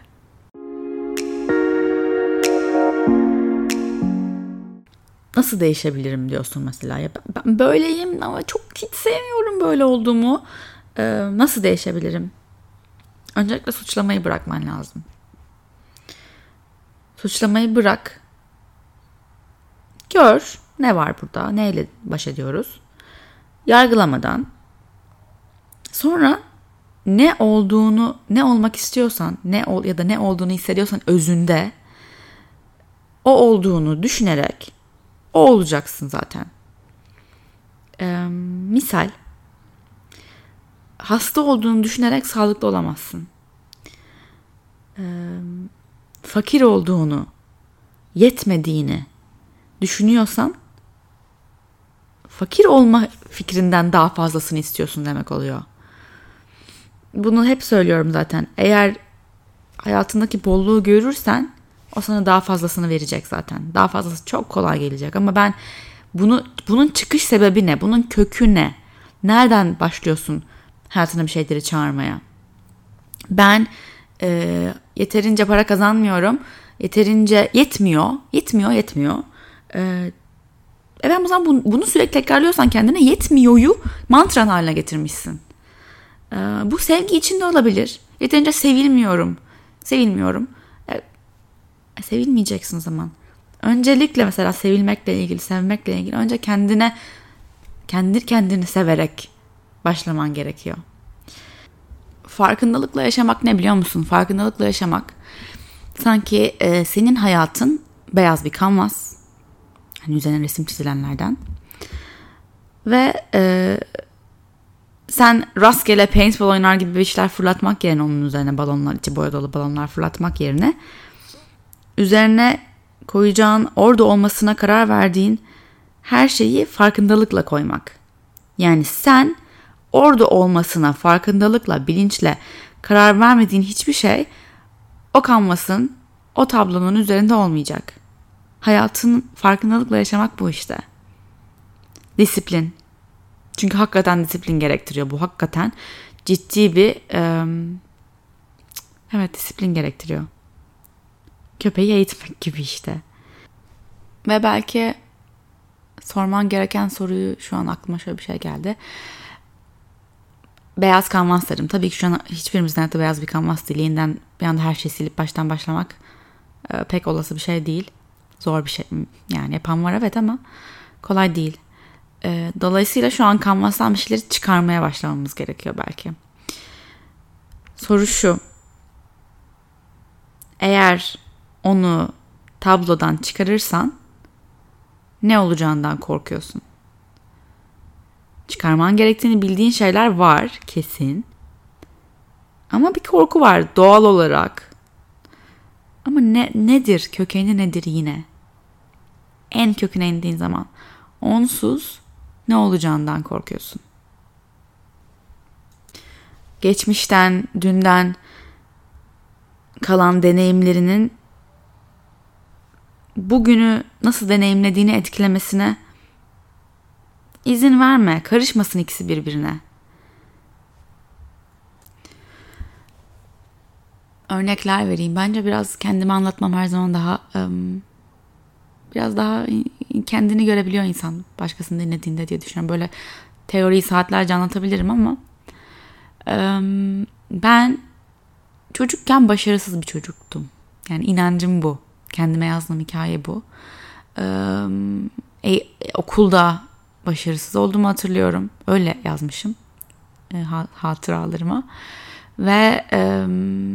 Nasıl değişebilirim diyorsun mesela. Ya ben böyleyim ama çok hiç sevmiyorum böyle olduğumu. Ee, nasıl değişebilirim? Öncelikle suçlamayı bırakman lazım. Suçlamayı bırak. Gör ne var burada, neyle baş ediyoruz. Yargılamadan. Sonra ne olduğunu, ne olmak istiyorsan, ne ol ya da ne olduğunu hissediyorsan özünde o olduğunu düşünerek o olacaksın zaten. Ee, misal, hasta olduğunu düşünerek sağlıklı olamazsın. Ee, fakir olduğunu, yetmediğini düşünüyorsan fakir olma fikrinden daha fazlasını istiyorsun demek oluyor. Bunu hep söylüyorum zaten. Eğer hayatındaki bolluğu görürsen o sana daha fazlasını verecek zaten. Daha fazlası çok kolay gelecek. Ama ben bunu bunun çıkış sebebi ne? Bunun kökü ne? Nereden başlıyorsun hayatına bir şeyleri çağırmaya? Ben e, yeterince para kazanmıyorum. Yeterince yetmiyor. Yetmiyor, yetmiyor. E, e ben o zaman bunu, bunu sürekli tekrarlıyorsan kendine yetmiyor'yu mantran haline getirmişsin. E, bu sevgi içinde olabilir. Yeterince sevilmiyorum. Sevilmiyorum. E, sevilmeyeceksin o zaman. Öncelikle mesela sevilmekle ilgili, sevmekle ilgili önce kendine, kendi kendini severek başlaman gerekiyor. Farkındalıkla yaşamak ne biliyor musun? Farkındalıkla yaşamak sanki e, senin hayatın beyaz bir kanvas. Hani üzerine resim çizilenlerden. Ve e, sen rastgele paintball oynar gibi bir işler fırlatmak yerine onun üzerine balonlar, içi boya dolu balonlar fırlatmak yerine üzerine koyacağın, orada olmasına karar verdiğin her şeyi farkındalıkla koymak. Yani sen orada olmasına farkındalıkla, bilinçle karar vermediğin hiçbir şey o kanvasın, o tablonun üzerinde olmayacak. Hayatın farkındalıkla yaşamak bu işte. Disiplin. Çünkü hakikaten disiplin gerektiriyor. Bu hakikaten ciddi bir e, evet disiplin gerektiriyor. Köpeği eğitmek gibi işte. Ve belki sorman gereken soruyu şu an aklıma şöyle bir şey geldi. Beyaz kanvas derim. Tabii ki şu an hiçbirimizin hayatı beyaz bir kanvas değil. Yeniden bir anda her şeyi silip baştan başlamak e, pek olası bir şey değil. Zor bir şey. Yani yapan var evet ama kolay değil. E, dolayısıyla şu an kanvastan bir şeyleri çıkarmaya başlamamız gerekiyor belki. Soru şu. Eğer onu tablodan çıkarırsan ne olacağından korkuyorsun? Çıkarman gerektiğini bildiğin şeyler var kesin. Ama bir korku var doğal olarak. Ama ne nedir? Kökeni nedir yine? En köküne indiğin zaman onsuz ne olacağından korkuyorsun. Geçmişten, dünden kalan deneyimlerinin bugünü nasıl deneyimlediğini etkilemesine izin verme. Karışmasın ikisi birbirine. Örnekler vereyim. Bence biraz kendimi anlatmam her zaman daha um, biraz daha kendini görebiliyor insan başkasını dinlediğinde diye düşünüyorum. Böyle teoriyi saatlerce anlatabilirim ama um, ben çocukken başarısız bir çocuktum. Yani inancım bu. Kendime yazdığım hikaye bu. Um, e, okulda başarısız olduğumu hatırlıyorum. Öyle yazmışım e, hatıralarıma. Ve e,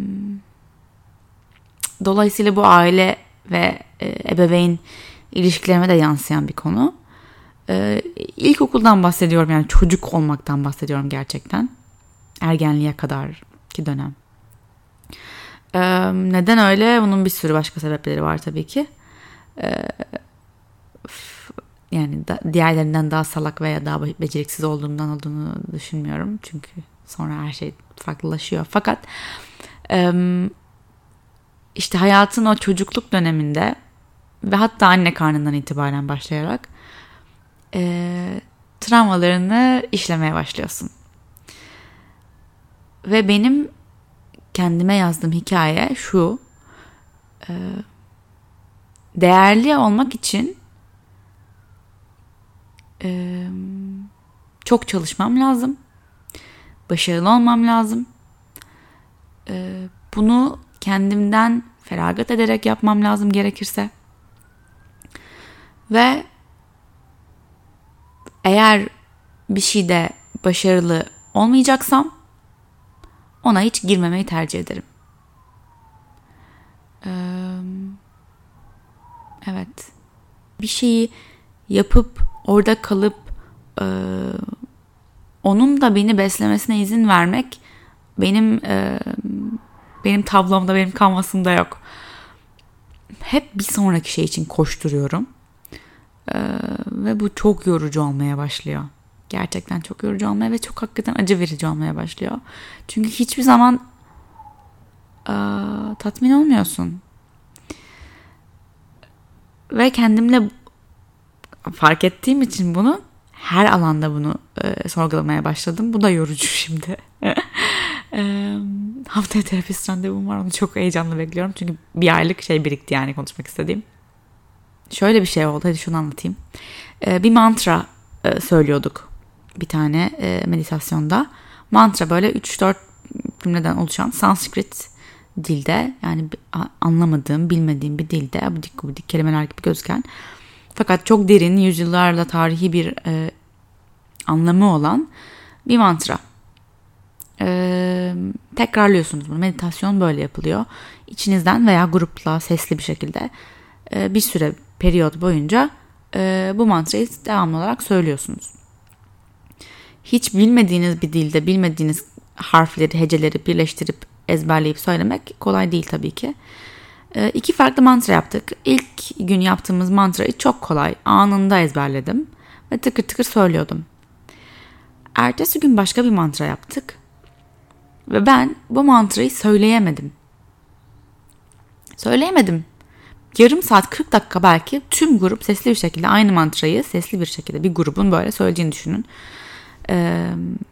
dolayısıyla bu aile ve e, ebeveyn ilişkilerime de yansıyan bir konu. E, ilkokuldan bahsediyorum, yani çocuk olmaktan bahsediyorum gerçekten. Ergenliğe kadar ki dönem. E, neden öyle? Bunun bir sürü başka sebepleri var tabii ki. E, Yani da, diğerlerinden daha salak veya daha beceriksiz olduğumdan olduğunu düşünmüyorum. Çünkü sonra her şey farklılaşıyor. Fakat işte hayatın o çocukluk döneminde ve hatta anne karnından itibaren başlayarak e, travmalarını işlemeye başlıyorsun. Ve benim kendime yazdığım hikaye şu: e, değerli olmak için Ee, çok çalışmam lazım. Başarılı olmam lazım. Ee, bunu kendimden feragat ederek yapmam lazım gerekirse. Ve eğer bir şeyde başarılı olmayacaksam ona hiç girmemeyi tercih ederim. Ee, evet. Bir şeyi yapıp orada kalıp e, onun da beni beslemesine izin vermek benim e, benim tablomda, benim kanvasımda yok. Hep bir sonraki şey için koşturuyorum. E, ve bu çok yorucu olmaya başlıyor. Gerçekten çok yorucu olmaya ve çok hakikaten acı verici olmaya başlıyor. Çünkü hiçbir zaman e, tatmin olmuyorsun. Ve kendimle fark ettiğim için bunu her alanda bunu e, sorgulamaya başladım. Bu da yorucu şimdi. e, haftaya terapist randevum var. Onu çok heyecanla bekliyorum. Çünkü bir aylık şey birikti yani konuşmak istediğim. Şöyle bir şey oldu. Hadi şunu anlatayım. E, bir mantra e, söylüyorduk. Bir tane e, meditasyonda. Mantra böyle üç dört cümleden oluşan Sanskrit dilde, yani anlamadığım, bilmediğim bir dilde abidik gubidik kelimeler gibi gözüken fakat çok derin, yüzyıllarla tarihi bir e, anlamı olan bir mantra. E, tekrarlıyorsunuz bunu. Meditasyon böyle yapılıyor. İçinizden veya grupla sesli bir şekilde e, bir süre, periyot boyunca e, bu mantrayı devamlı olarak söylüyorsunuz. hiç bilmediğiniz bir dilde bilmediğiniz harfleri, heceleri birleştirip ezberleyip söylemek kolay değil tabii ki. E, iki farklı mantra yaptık. İlk gün yaptığımız mantrayı çok kolay, anında ezberledim ve tıkır tıkır söylüyordum. Ertesi gün başka bir mantra yaptık ve ben bu mantrayı söyleyemedim. Söyleyemedim. Yarım saat, kırk dakika belki tüm grup sesli bir şekilde aynı mantrayı sesli bir şekilde bir grubun böyle söylediğini düşünün. Ee,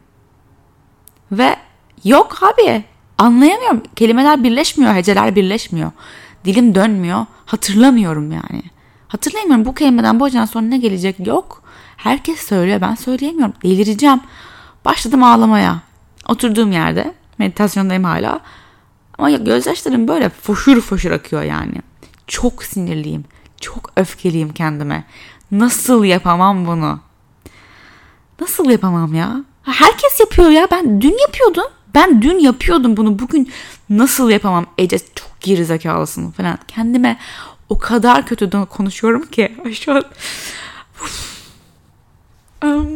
ve yok abi, anlayamıyorum. Kelimeler birleşmiyor, heceler birleşmiyor. Dilim dönmüyor. Hatırlamıyorum yani. Hatırlayamıyorum bu kelimeden bu heceden sonra ne gelecek, yok. Herkes söylüyor, ben söyleyemiyorum. Delireceğim. Başladım ağlamaya. Oturduğum yerde, meditasyondayım hala. Ama gözyaşlarım böyle foşur foşur akıyor yani. Çok sinirliyim. Çok öfkeliyim kendime. Nasıl yapamam bunu? Nasıl yapamam ya? Herkes yapıyor ya. Ben dün yapıyordum. Ben dün yapıyordum bunu. Bugün nasıl yapamam? Ece çok gerizekalısın falan. Kendime o kadar kötü konuşuyorum ki. Şu an... um...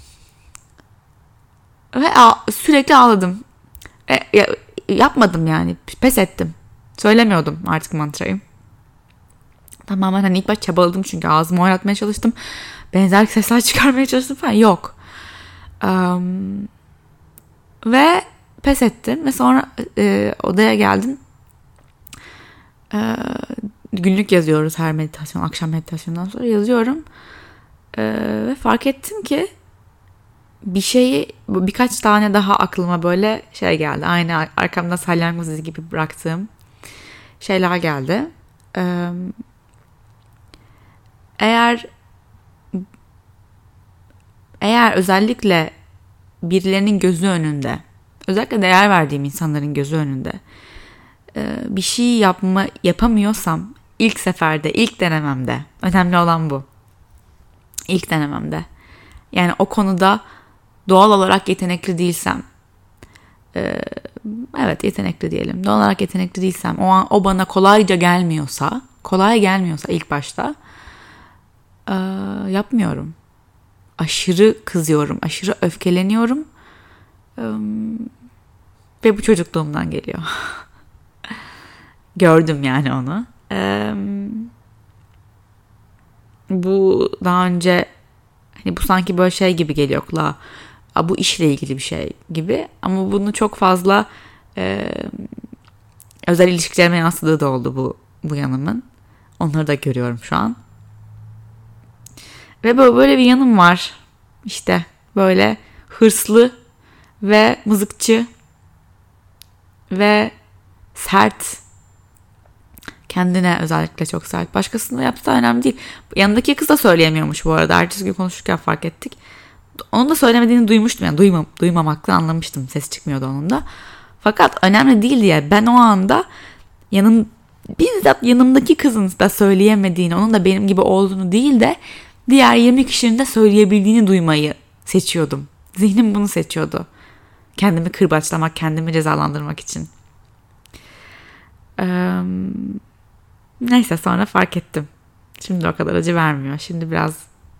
Ve sürekli ağladım. E, ya, yapmadım yani. Pes ettim. Söylemiyordum artık mantrayı. Tamamen hani ilk başta çabaladım çünkü ağzımı oynatmaya çalıştım. Benzer sesler çıkarmaya çalıştım falan. Yok. Um, ve pes ettim. Ve sonra e, odaya geldim. E, günlük yazıyoruz her meditasyon. Akşam meditasyondan sonra yazıyorum. E, ve fark ettim ki bir şeyi, birkaç tane daha aklıma böyle şey geldi. Aynı arkamda salyangoz izi gibi bıraktığım şeyler geldi. Ee, eğer eğer özellikle birilerinin gözü önünde, özellikle değer verdiğim insanların gözü önünde e, bir şey yapma yapamıyorsam ilk seferde, ilk denememde, önemli olan bu. İlk denememde. Yani o konuda doğal olarak yetenekli değilsem, e, evet yetenekli diyelim. Doğal olarak yetenekli değilsem, o an o bana kolayca gelmiyorsa, kolay gelmiyorsa ilk başta e, yapmıyorum. Aşırı kızıyorum, aşırı öfkeleniyorum e, ve bu çocukluğumdan geliyor. Gördüm yani onu. E, bu daha önce hani bu sanki böyle şey gibi geliyor kulağa. Bu işle ilgili bir şey gibi. Ama bunu çok fazla e, özel ilişkilerime yansıdığı da oldu bu, bu yanımın. Onları da görüyorum şu an. Ve böyle, böyle bir yanım var. İşte böyle hırslı ve mızıkçı ve sert. Kendine özellikle çok sert. Başkasına yapsa önemli değil. Yanındaki kız da söyleyemiyormuş bu arada. Ertesi gün konuşurken fark ettik. Onun da söylemediğini duymuştum. Yani duymam, duymamakla anlamıştım. Ses çıkmıyordu onun da. Fakat önemli değil diye ben o anda yanım, bizzat yanımdaki kızın da söyleyemediğini, onun da benim gibi olduğunu değil de diğer yirmi kişinin de söyleyebildiğini duymayı seçiyordum. Zihnim bunu seçiyordu. Kendimi kırbaçlamak, kendimi cezalandırmak için. Ee, neyse sonra fark ettim. Şimdi o kadar acı vermiyor. Şimdi biraz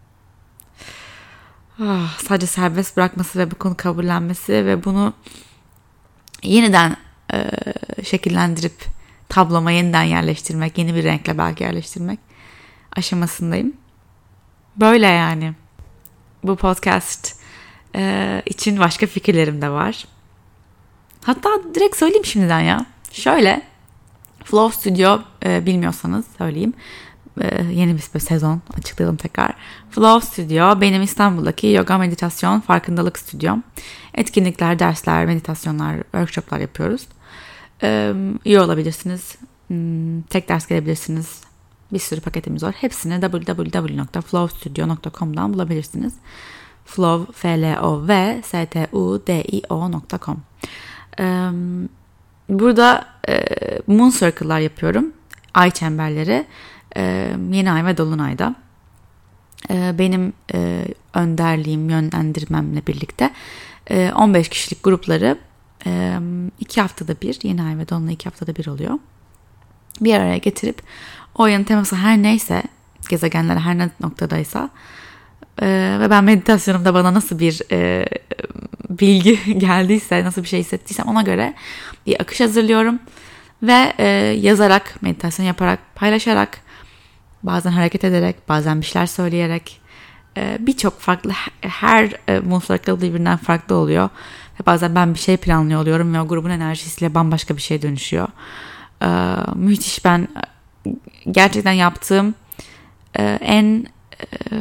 ah, sadece serbest bırakması ve bu konu kabullenmesi ve bunu yeniden e, şekillendirip tabloma yeniden yerleştirmek, yeni bir renkle belki yerleştirmek aşamasındayım. Böyle yani. Bu podcast e, için başka fikirlerim de var. Hatta direkt söyleyeyim şimdiden ya. Şöyle, Flow Studio e, bilmiyorsanız söyleyeyim. E, yeni bir sezon açıklayalım tekrar. Flow Studio benim İstanbul'daki yoga meditasyon farkındalık stüdyom. Etkinlikler, dersler, meditasyonlar, workshoplar yapıyoruz. E, üye olabilirsiniz. Hmm, tek ders gelebilirsiniz. Bir sürü paketimiz var. Hepsini double-u double-u double-u nokta flow studio nokta com'dan bulabilirsiniz. Flow, F L O V S T U D I O nokta com. Ee, burada e, Moon Circle'lar yapıyorum. Ay çemberleri. E, yeni ay ve dolunayda. E, benim e, önderliğim, yönlendirmemle birlikte e, on beş kişilik grupları e, iki haftada bir, yeni ay ve dolunay iki haftada bir oluyor. Bir araya getirip o ayın teması her neyse, gezegenler her ne noktadaysa Ee, ve ben meditasyonumda bana nasıl bir e, bilgi geldiyse, nasıl bir şey hissettiysem ona göre bir akış hazırlıyorum. Ve e, yazarak, meditasyon yaparak, paylaşarak, bazen hareket ederek, bazen bir şeyler söyleyerek, e, birçok farklı, her e, Moon Circle birbirinden farklı oluyor. Ve bazen ben bir şey planlıyor oluyorum ve o grubun enerjisiyle bambaşka bir şeye dönüşüyor. E, müthiş, ben gerçekten yaptığım e, en e,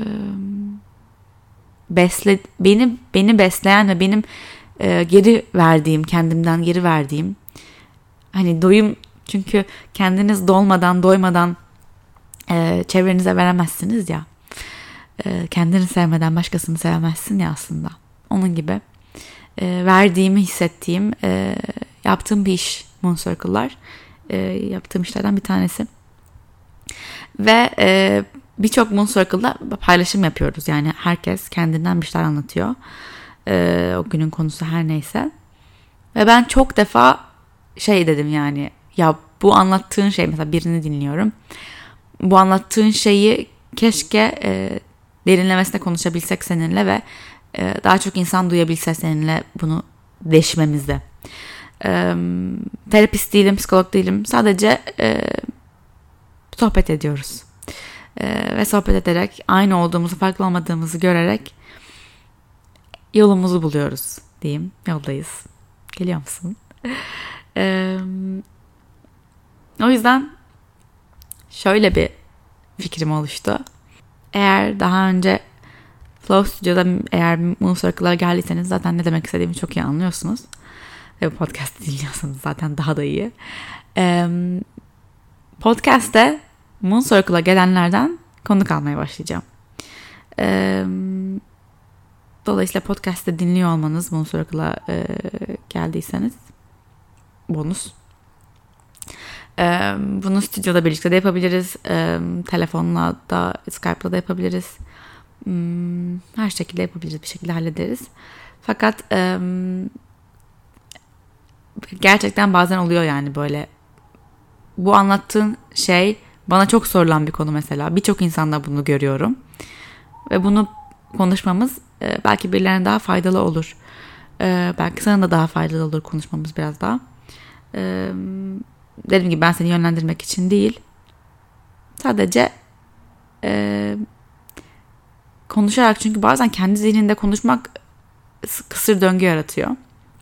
besle beni beni besleyen ve benim e, geri verdiğim, kendimden geri verdiğim, hani doyum, çünkü kendiniz dolmadan, doymadan e, çevrenize veremezsiniz ya. E, kendini sevmeden başkasını sevemezsin ya aslında. Onun gibi e, verdiğimi hissettiğim, e, yaptığım bir iş Moon Circle'lar. E, yaptığım işlerden bir tanesi. Ve e, birçok Moon Circle'da paylaşım yapıyoruz. Yani herkes kendinden bir şeyler anlatıyor. E, o günün konusu her neyse. Ve ben çok defa şey dedim, yani ya bu anlattığın şey, mesela birini dinliyorum. Bu anlattığın şeyi keşke e, derinlemesine konuşabilsek seninle ve e, daha çok insan duyabilse seninle bunu deşmemizde. E, terapist değilim, psikolog değilim. Sadece e, sohbet ediyoruz. E, ve sohbet ederek, aynı olduğumuzu, farklı olmadığımızı görerek yolumuzu buluyoruz diyeyim. Yoldayız. Geliyor musun? e, o yüzden şöyle bir fikrim oluştu. Eğer daha önce Flow Studio'da eğer Moon Circle'lara geldiyseniz zaten ne demek istediğimi çok iyi anlıyorsunuz. Ve bu podcast'ı dinliyorsanız zaten daha da iyi. Ee, podcast'te Moon Circle'a gelenlerden konuk almaya başlayacağım. Ee, dolayısıyla podcast'te dinliyor olmanız, Moon Circle'a e, geldiyseniz bonus. Ee, bunu stüdyoda birlikte de yapabiliriz. Ee, telefonla da, Skype'la da yapabiliriz. Hmm, her şekilde yapabiliriz. Bir şekilde hallederiz. Fakat e, gerçekten bazen oluyor yani böyle. Bu anlattığın şey bana çok sorulan bir konu mesela. Birçok insanda bunu görüyorum. Ve bunu konuşmamız e, belki birilerine daha faydalı olur. E, belki sana da daha faydalı olur konuşmamız biraz daha. E, dediğim gibi ben seni yönlendirmek için değil. Sadece e, konuşarak, çünkü bazen kendi zihninde konuşmak kısır döngü yaratıyor.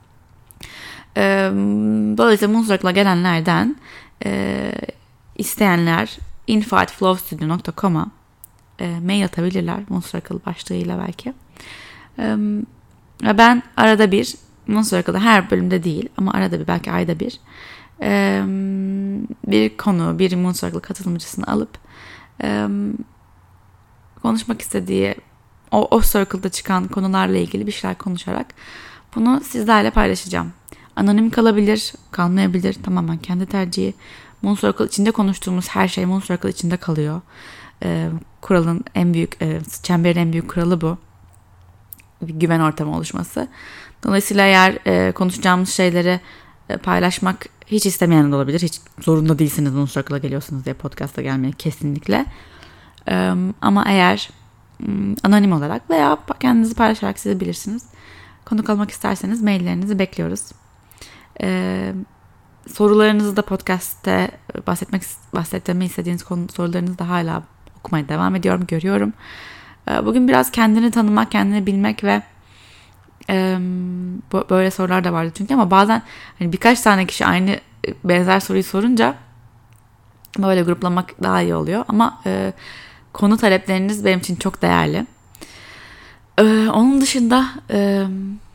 E, dolayısıyla Moon Circle'a gelenlerden e, isteyenler info at flowstudio nokta com'a e, mail atabilirler. Moon Circle başlığıyla belki. E, ve ben arada bir, Moon Circle'da her bölümde değil ama arada bir, belki ayda bir e, bir konu, bir Moon Circle katılımcısını alıp e, konuşmak istediği o, o circle'da çıkan konularla ilgili bir şeyler konuşarak bunu sizlerle paylaşacağım. Anonim kalabilir, kalmayabilir. Tamamen kendi tercihi. Moon Circle içinde konuştuğumuz her şey Moon Circle içinde kalıyor. Ee, kuralın en büyük, e, çemberin en büyük kuralı bu. Bir güven ortamı oluşması. Dolayısıyla eğer e, konuşacağımız şeyleri e, paylaşmak hiç istemeyen de olabilir. Hiç zorunda değilsiniz Moon Circle'a geliyorsunuz diye podcast'a gelmeye kesinlikle. Ee, ama eğer m, anonim olarak veya kendinizi paylaşarak siz bilirsiniz. Konuk almak isterseniz maillerinizi bekliyoruz. Ee, sorularınızı da podcast'te bahsetmek bahsetmemi istediğiniz konu sorularınızı da hala okumaya devam ediyorum, görüyorum. Ee, bugün biraz kendini tanımak, kendini bilmek ve e, böyle sorular da vardı çünkü, ama bazen hani birkaç tane kişi aynı benzer soruyu sorunca böyle gruplamak daha iyi oluyor. Ama e, konu talepleriniz benim için çok değerli. Ee, onun dışında e,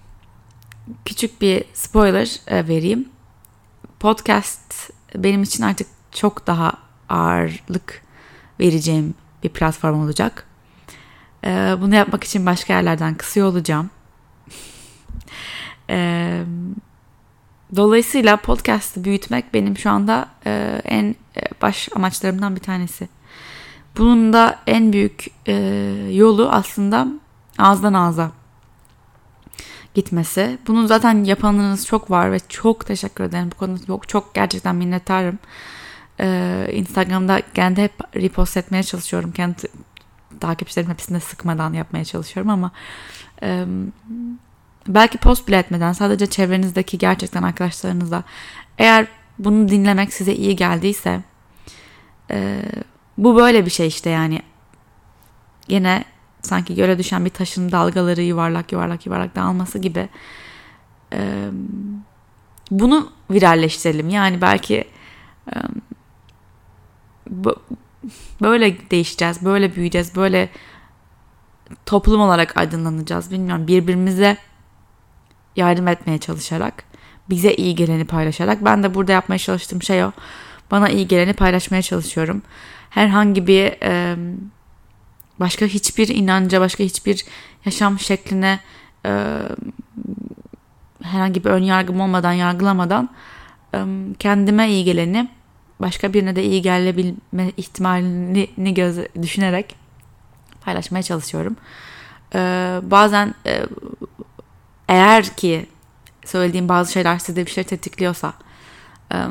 küçük bir spoiler e, vereyim. Podcast benim için artık çok daha ağırlık vereceğim bir platform olacak. E, bunu yapmak için başka yerlerden kısıyor olacağım. e, dolayısıyla podcast'ı büyütmek benim şu anda e, en baş amaçlarımdan bir tanesi. Bunun da en büyük e, yolu aslında ağızdan ağza gitmesi. Bunun zaten yapanlarınız çok var ve çok teşekkür ederim. Bu konuda çok, çok gerçekten minnettarım. Ee, Instagram'da kendi hep repost etmeye çalışıyorum. Kendi takipçilerim hepsini de sıkmadan yapmaya çalışıyorum ama e, belki post bile etmeden sadece çevrenizdeki gerçekten arkadaşlarınızla, eğer bunu dinlemek size iyi geldiyse e, bu böyle bir şey işte yani. Yine sanki göle düşen bir taşın dalgaları yuvarlak yuvarlak yuvarlak dağılması gibi e, bunu viralleştirelim. Yani belki e, bu, böyle değişeceğiz, böyle büyüyeceğiz, böyle toplum olarak aydınlanacağız. Bilmiyorum, birbirimize yardım etmeye çalışarak, bize iyi geleni paylaşarak. Ben de burada yapmaya çalıştığım şey o. Bana iyi geleni paylaşmaya çalışıyorum. Herhangi bir e, başka hiçbir inanca, başka hiçbir yaşam şekline e, herhangi bir ön yargım olmadan, yargılamadan e, kendime iyi geleni başka birine de iyi gelebilme ihtimalini göz düşünerek paylaşmaya çalışıyorum. E, bazen e, eğer ki söylediğim bazı şeyler sizde bir şey tetikliyorsa, e,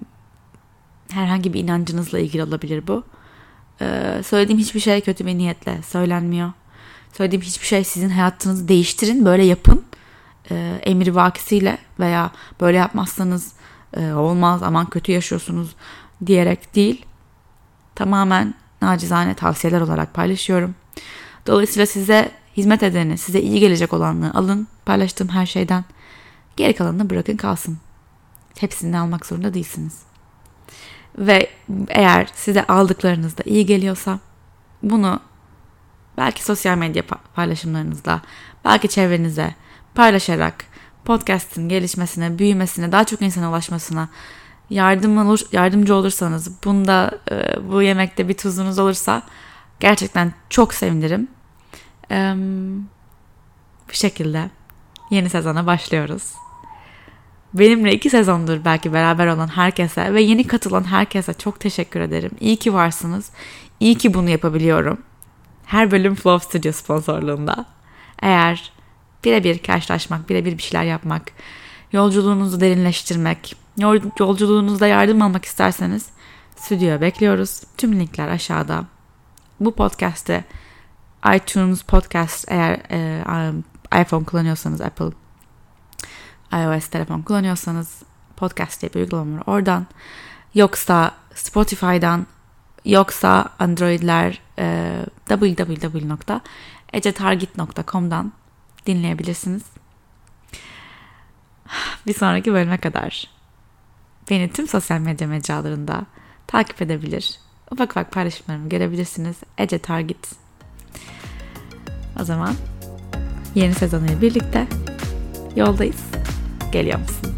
herhangi bir inancınızla ilgili olabilir bu. Ee, söylediğim hiçbir şey kötü bir niyetle söylenmiyor. Söylediğim hiçbir şey sizin hayatınızı değiştirin, böyle yapın ee, emri vakisiyle veya böyle yapmazsanız e, olmaz, aman kötü yaşıyorsunuz diyerek değil. Tamamen nacizane tavsiyeler olarak paylaşıyorum. Dolayısıyla size hizmet edeni, size iyi gelecek olanını alın, paylaştığım her şeyden. Geri kalanını bırakın kalsın. Hepsini almak zorunda değilsiniz. Ve eğer size aldıklarınızda iyi geliyorsa bunu belki sosyal medya paylaşımlarınızla, belki çevrenize paylaşarak podcast'ın gelişmesine, büyümesine, daha çok insana ulaşmasına yardım olur, yardımcı olursanız, bunda bu yemekte bir tuzunuz olursa gerçekten çok sevinirim. Bu şekilde yeni sezona başlıyoruz. Benimle iki sezondur belki beraber olan herkese ve yeni katılan herkese çok teşekkür ederim. İyi ki varsınız. İyi ki bunu yapabiliyorum. Her bölüm Flow Studio sponsorluğunda. Eğer birebir karşılaşmak, birebir bir şeyler yapmak, yolculuğunuzu derinleştirmek, yolculuğunuzda yardım almak isterseniz stüdyoya bekliyoruz. Tüm linkler aşağıda. Bu podcast'te iTunes Podcast, eğer e, iPhone kullanıyorsanız, Apple iOS telefon kullanıyorsanız podcast diye bir uygulama var oradan. Yoksa Spotify'dan, yoksa Android'ler e, double-u double-u double-u nokta ecetargit nokta com'dan dinleyebilirsiniz. Bir sonraki bölüme kadar beni tüm sosyal medya mecralarında takip edebilir. Ufak ufak paylaşımlarımı görebilirsiniz. Ece Targit. O zaman yeni sezonuyla birlikte yoldayız. Geliyor musun?